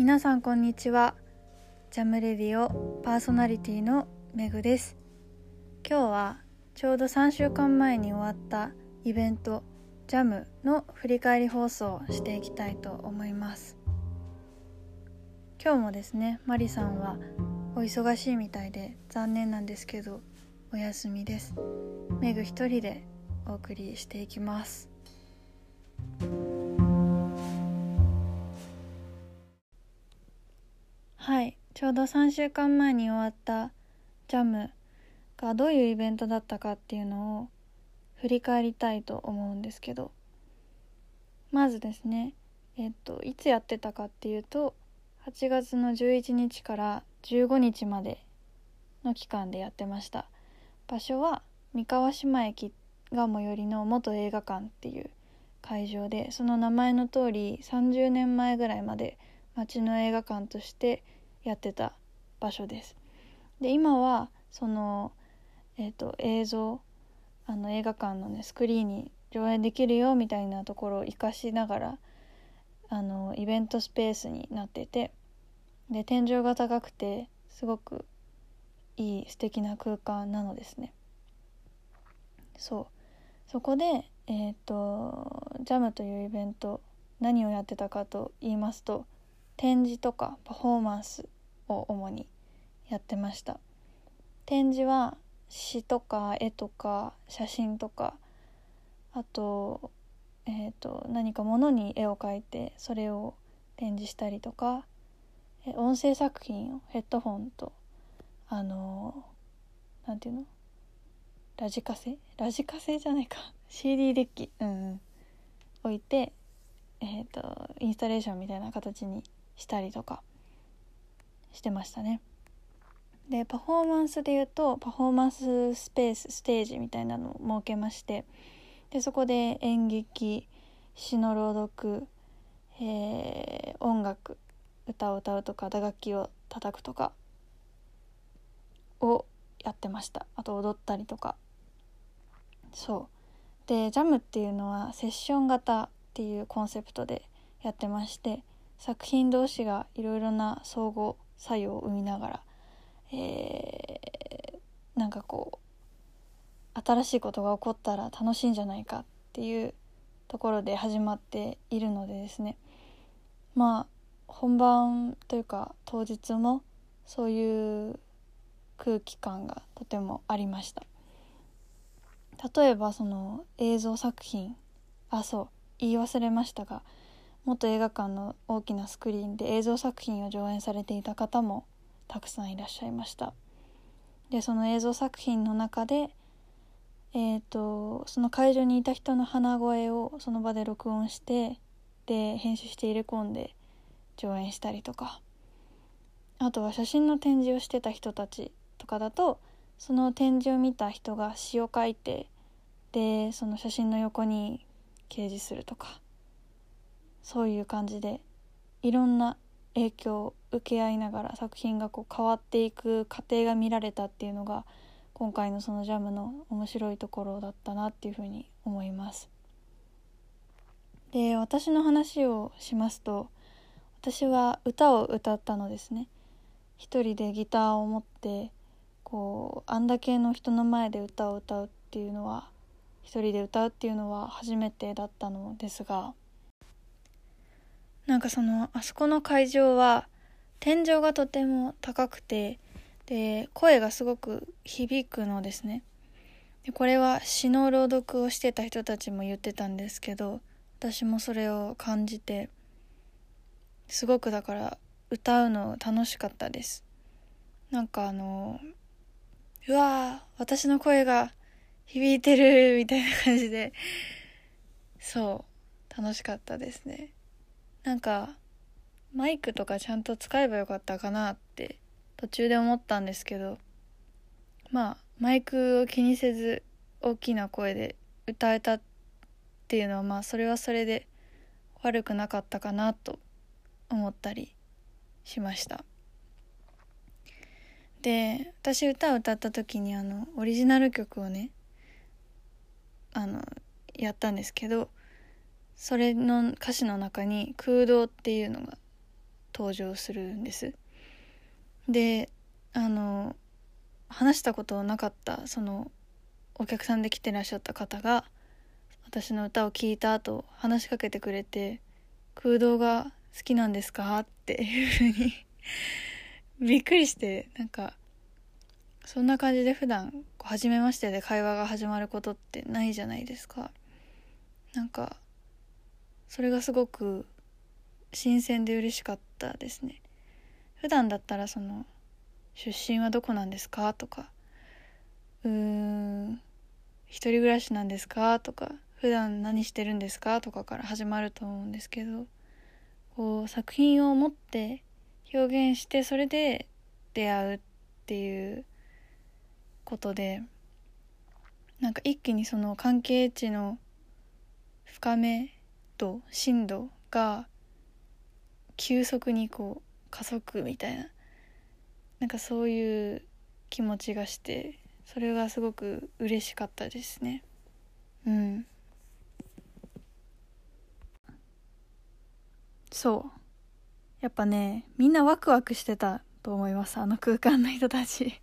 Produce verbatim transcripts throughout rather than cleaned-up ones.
皆さんこんにちは。ジャムレディオパーソナリティのめぐです。今日はちょうどさんしゅうかんまえに終わったイベントジャムの振り返り放送をしていきたいと思います。今日もですね、マリさんはお忙しいみたいで残念なんですけどお休みです。めぐ一人でお送りしていきます。はい、ちょうどさんしゅうかんまえに終わったジャムがどういうイベントだったかっていうのを振り返りたいと思うんですけど、まずですね、えっといつやってたかっていうとはちがつのじゅういちにちからじゅうごにちまでの期間でやってました。場所は三河島駅が最寄りの元映画館っていう会場で、その名前の通りさんじゅうねんまえぐらいまで町の映画館としてやってた場所です。で今はその、えー、と映像あの映画館の、ね、スクリーンに上映できるよみたいなところを生かしながらあのイベントスペースになってて、で天井が高くてすごくいい素敵な空間なのですね。そうそこで、えー、とジャムというイベント何をやってたかと言いますと、展示とかパフォーマンスを主にやってました。展示は詩とか絵とか写真とか、あと,、えー、と何か物に絵を描いてそれを展示したりとか、音声作品をヘッドホンとあのなんていうのラジカセラジカセじゃないか シーディー デッキ、うんうん、置いて、えー、とインスタレーションみたいな形にしたりとかしてましたね。でパフォーマンスでいうとパフォーマンススペースステージみたいなのを設けまして、でそこで演劇、詩の朗読、えー、音楽、歌を歌うとか打楽器を叩くとかをやってました。あと踊ったりとか。そうでジャムっていうのはセッション型っていうコンセプトでやってまして、作品同士がいろいろな相互作用を生みながら、えー、なんかこう新しいことが起こったら楽しいんじゃないかっていうところで始まっているのでですね、まあ本番というか当日もそういう空気感がとてもありました。例えばその映像作品、あそう言い忘れましたが、元映画館の大きなスクリーンで映像作品を上演されていた方もたくさんいらっしゃいました。でその映像作品の中で、えーと、その会場にいた人の鼻声をその場で録音して、で編集して入れ込んで上演したりとか、あとは写真の展示をしてた人たちとかだと、その展示を見た人が詩を書いて、でその写真の横に掲示するとか、そういう感じでいろんな影響を受け合いながら作品がこう変わっていく過程が見られたっていうのが今回のそのジャムの面白いところだったなっていうふうに思います。で私の話をしますと、私は歌を歌ったのですね。一人でギターを持ってこうあんだけの人の前で歌を歌うっていうのは一人で歌うっていうのは初めてだったのですが、なんかそのあそこの会場は天井がとても高くて、で声がすごく響くのですね。でこれは詩の朗読をしてた人たちも言ってたんですけど、私もそれを感じて、すごくだから歌うの楽しかったです。なんかあのうわー私の声が響いてるみたいな感じで、そう楽しかったですね。なんかマイクとかちゃんと使えばよかったかなって途中で思ったんですけど、まあマイクを気にせず大きな声で歌えたっていうのは、まあそれはそれで悪くなかったかなと思ったりしました。で私歌を歌った時にあのオリジナル曲をねあのやったんですけど、それの歌詞の中に空洞っていうのが登場するんです。であの話したことなかったそのお客さんで来てらっしゃった方が私の歌を聴いた後話しかけてくれて、空洞が好きなんですかっていう風にびっくりして、なんかそんな感じで普段こう初めましてで会話が始まることってないじゃないですか。なんかそれがすごく新鮮で嬉しかったですね。普段だったらその出身はどこなんですかとか、うーん一人暮らしなんですかとか、普段何してるんですかとかから始まると思うんですけど、こう作品を持って表現してそれで出会うっていうことで、なんか一気にその関係値の深め度深度が急速にこう加速みたいな、なんかそういう気持ちがして、それがすごく嬉しかったですね。うんそうやっぱね、みんなワクワクしてたと思います、あの空間の人たち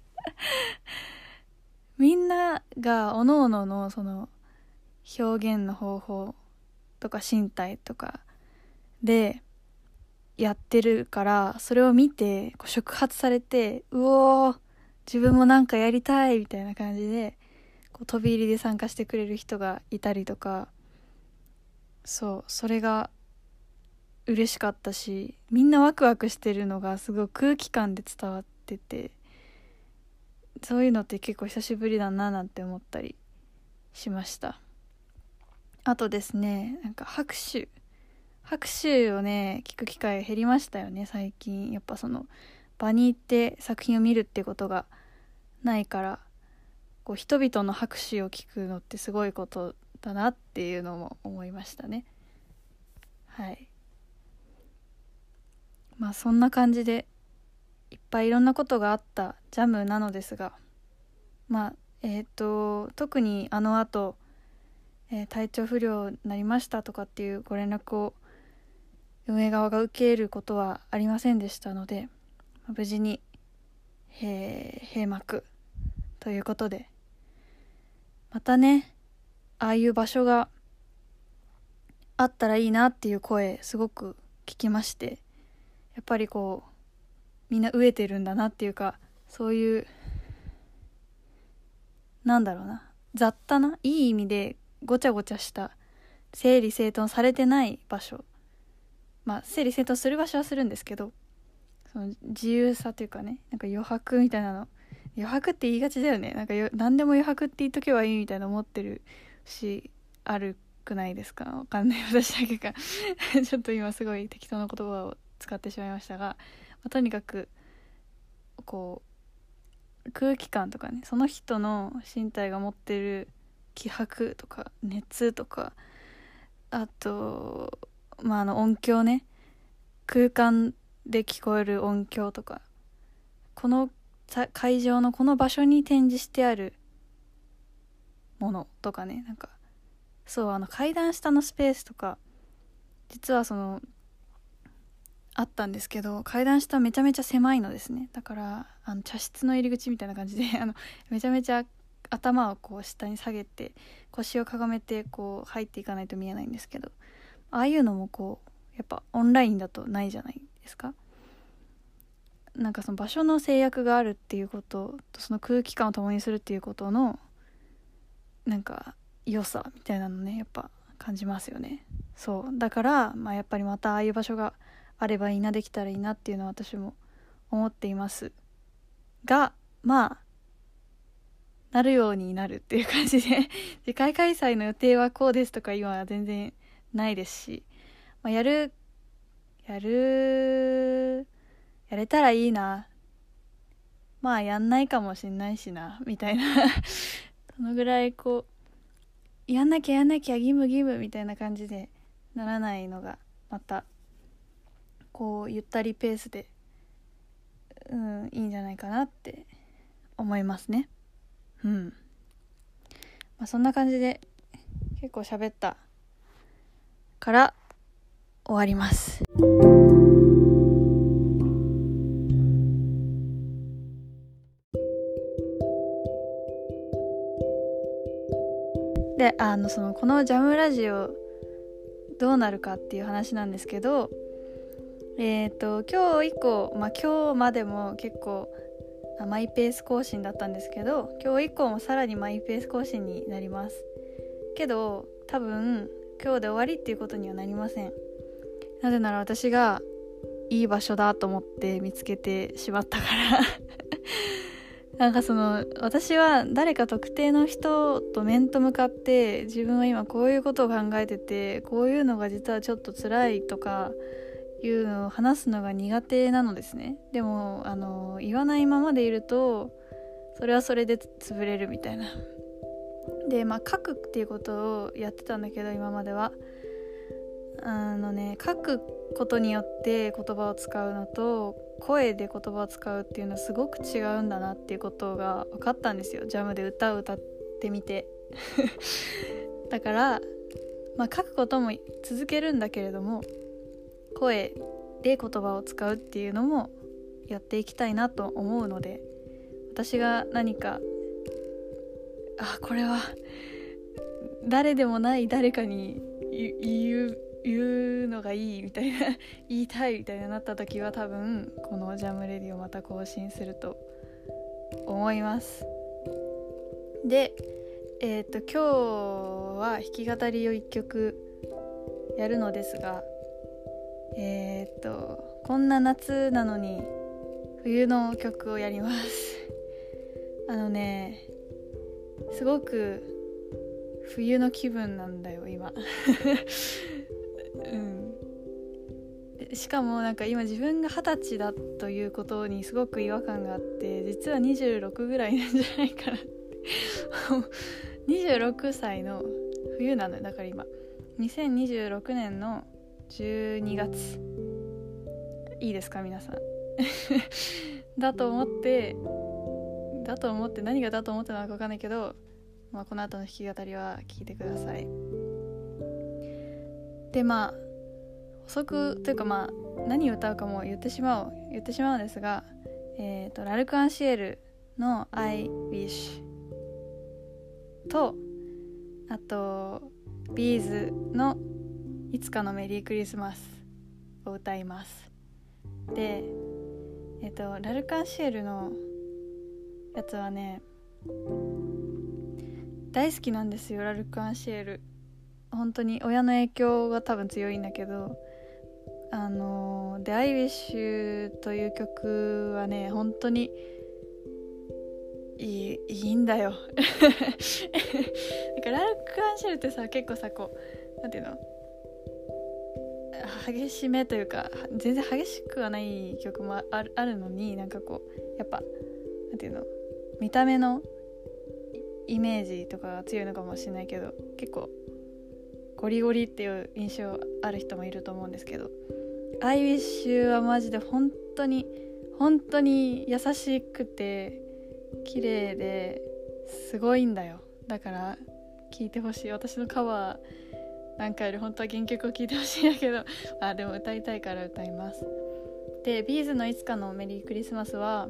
みんなが各々のその表現の方法とか身体とかでやってるから、それを見てこう触発されて、うおー自分もなんかやりたいみたいな感じでこう飛び入りで参加してくれる人がいたりとか、そうそれが嬉しかったし、みんなワクワクしてるのがすごい空気感で伝わってて、そういうのって結構久しぶりだななんて思ったりしました。あとですね、なんか拍手拍手をね聞く機会減りましたよね最近。やっぱその場に行って作品を見るってことがないから、こう人々の拍手を聞くのってすごいことだなっていうのも思いましたね。はい、まあそんな感じでいっぱいいろんなことがあったジャムなのですが、まあえっと特にあの後、えー体調不良になりましたとかっていうご連絡を運営側が受けることはありませんでしたので、無事に、えー閉幕ということで、またねああいう場所があったらいいなっていう声すごく聞きまして、やっぱりこうみんな飢えてるんだなっていうか、そういうなんだろうな、雑多ないい意味でごちゃごちゃした整理整頓されてない場所、まあ整理整頓する場所はするんですけど、その自由さというかね、なんか余白みたいなの、余白って言いがちだよね、なんかよ何でも余白って言っとけばいいみたいな思ってるし、あるくないですか、わかんない私だけかちょっと今すごい適当な言葉を使ってしまいましたが、まあ、とにかくこう空気感とかね、その人の身体が持ってる気迫とか熱とか、あとまああの音響ね、空間で聞こえる音響とか、この会場のこの場所に展示してあるものとかね、なんかそうあの階段下のスペースとか実はそのあったんですけど、階段下めちゃめちゃ狭いのですね。だからあの茶室の入り口みたいな感じであのめちゃめちゃ頭をこう下に下げて腰をかがめてこう入っていかないと見えないんですけど、ああいうのもこうやっぱオンラインだとないじゃないですか。なんかその場所の制約があるっていうことと、その空気感を共にするっていうことのなんか良さみたいなのね、やっぱ感じますよね。そうだから、まあ、やっぱりまたああいう場所があればいいな、できたらいいなっていうのは私も思っていますが、まあなるようになるっていう感じで次回開催の予定はこうですとか今は全然ないですし、まあ、やるやるやれたらいいな、まあやんないかもしんないしなみたいなそのぐらいこうやんなきゃやんなきゃ義務義務みたいな感じでならないのがまたこうゆったりペースで、うん、いいんじゃないかなって思いますね。うん、まあ、そんな感じで結構喋った。から終わります。 であのそのこのジャムラジオどうなるかっていう話なんですけど、えっと今日以降、まあ今日までも結構マイペース更新だったんですけど、今日以降もさらにマイペース更新になりますけど、多分今日で終わりっていうことにはなりません。なぜなら私がいい場所だと思って見つけてしまったからなんかその私は誰か特定の人と面と向かって自分は今こういうことを考えてて、こういうのが実はちょっと辛いとかいうのを話すのが苦手なのですね。でもあの言わないままでいるとそれはそれで潰れるみたいな。でまあ書くっていうことをやってたんだけど、今まではあのね書くことによって言葉を使うのと声で言葉を使うっていうのはすごく違うんだなっていうことが分かったんですよ。ジャムで歌を歌ってみてだから、まあ、書くことも続けるんだけれども、声で言葉を使うっていうのもやっていきたいなと思うので、私が何かあこれは誰でもない誰かに言う言うのがいいみたいな言いたいみたいになった時は多分このジャムレディをまた更新すると思います。でえっと今日は弾き語りをいっきょくやるのですが、えっとこんな夏なのに冬の曲をやりますあのねすごく冬の気分なんだよ今うん、しかもなんか今自分が二十歳だということにすごく違和感があって、実はにじゅうろくぐらいなんじゃないかなってにじゅうろくさいの冬なのよ。だから今にせんにじゅうろくねんのじゅうにがつ、いいですか皆さんだと思ってだと思って何がだと思ってたのか分かんないけど、まあ、この後の弾き語りは聞いてください。でまあ補足というか、まあ何を歌うかも言ってしまおう言ってしまうんですが、えーとラルク・アンシエルの I Wish と、あとビーズのいつかのメリークリスマスを歌います。でえっ、ー、とラルク・アンシエルのやつはね大好きなんですよ。ラルク・アンシエル本当に親の影響が多分強いんだけど、あのー、The I Wish という曲はね本当にいい、いいんだよだからラルク・アンシェルってさ結構さこうなんていうの激しめというか全然激しくはない曲もある、あるのになんかこうやっぱなんていうの見た目のイメージとかが強いのかもしれないけど、結構ゴリゴリっていう印象ある人もいると思うんですけど、アイウィッシュはマジで本当に本当に優しくて綺麗ですごいんだよ。だから聴いてほしい。私のカバーなんかより本当は原曲を聴いてほしいんだけどあでも歌いたいから歌います。でビーズのいつかのメリークリスマスは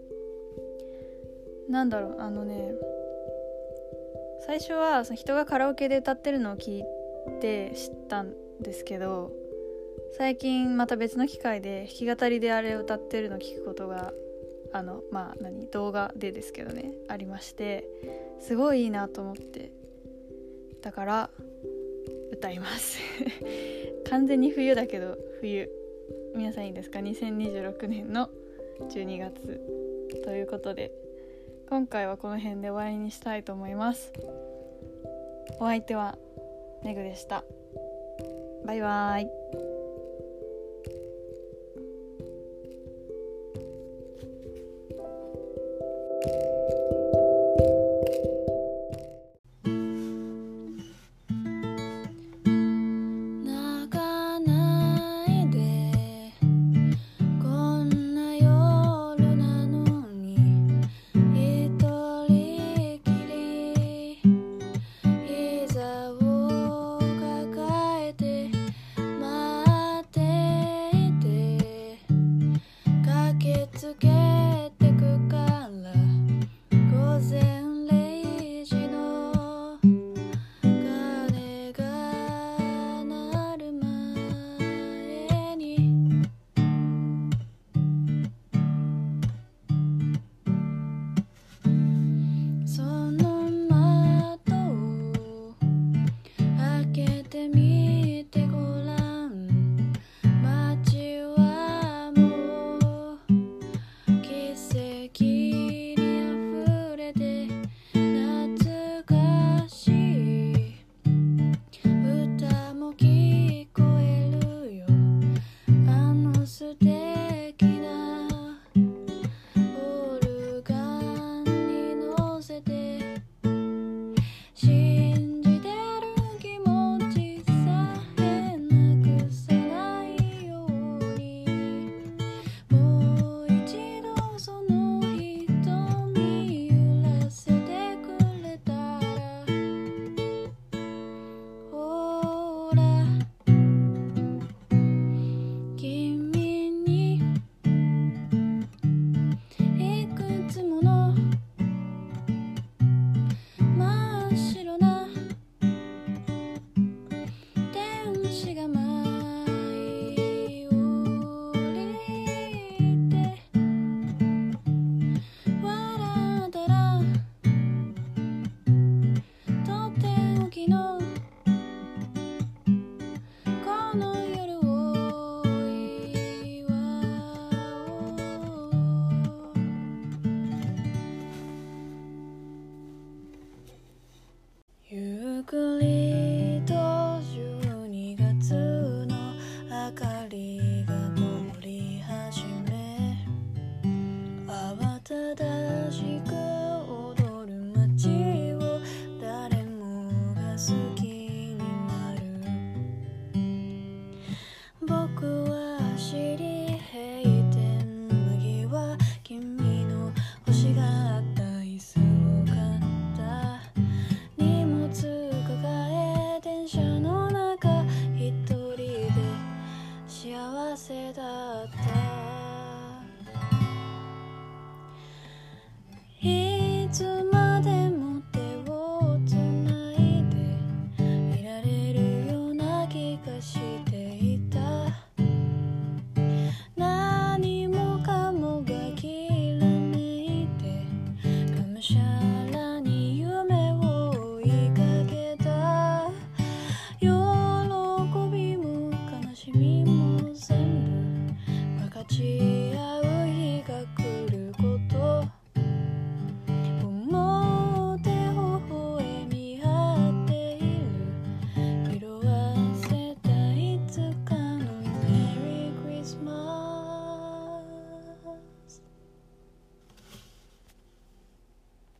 なんだろうあのね最初はその人がカラオケで歌ってるのを聞いて知ったんですけど、最近また別の機会で弾き語りであれを歌ってるのを聞くことがあのまあ何動画でですけどねありまして、すごいいいなと思って、だから歌います完全に冬だけど冬皆さんいいですか？にせんにじゅうろくねんのじゅうにがつということで今回はこの辺で終わりにしたいと思います。お相手はメグでした。バイバイ。 膝を抱えて好きになる。僕は知り閉店間際、君の欲しがった椅子を買った。荷物抱え電車の中、一人で幸せだった。いつまでも手をつないでいられるような気がしていた。何もかもがきらめいて、がむしゃらに夢を追いかけた。喜びも悲しみも全部分かち合う日が来る。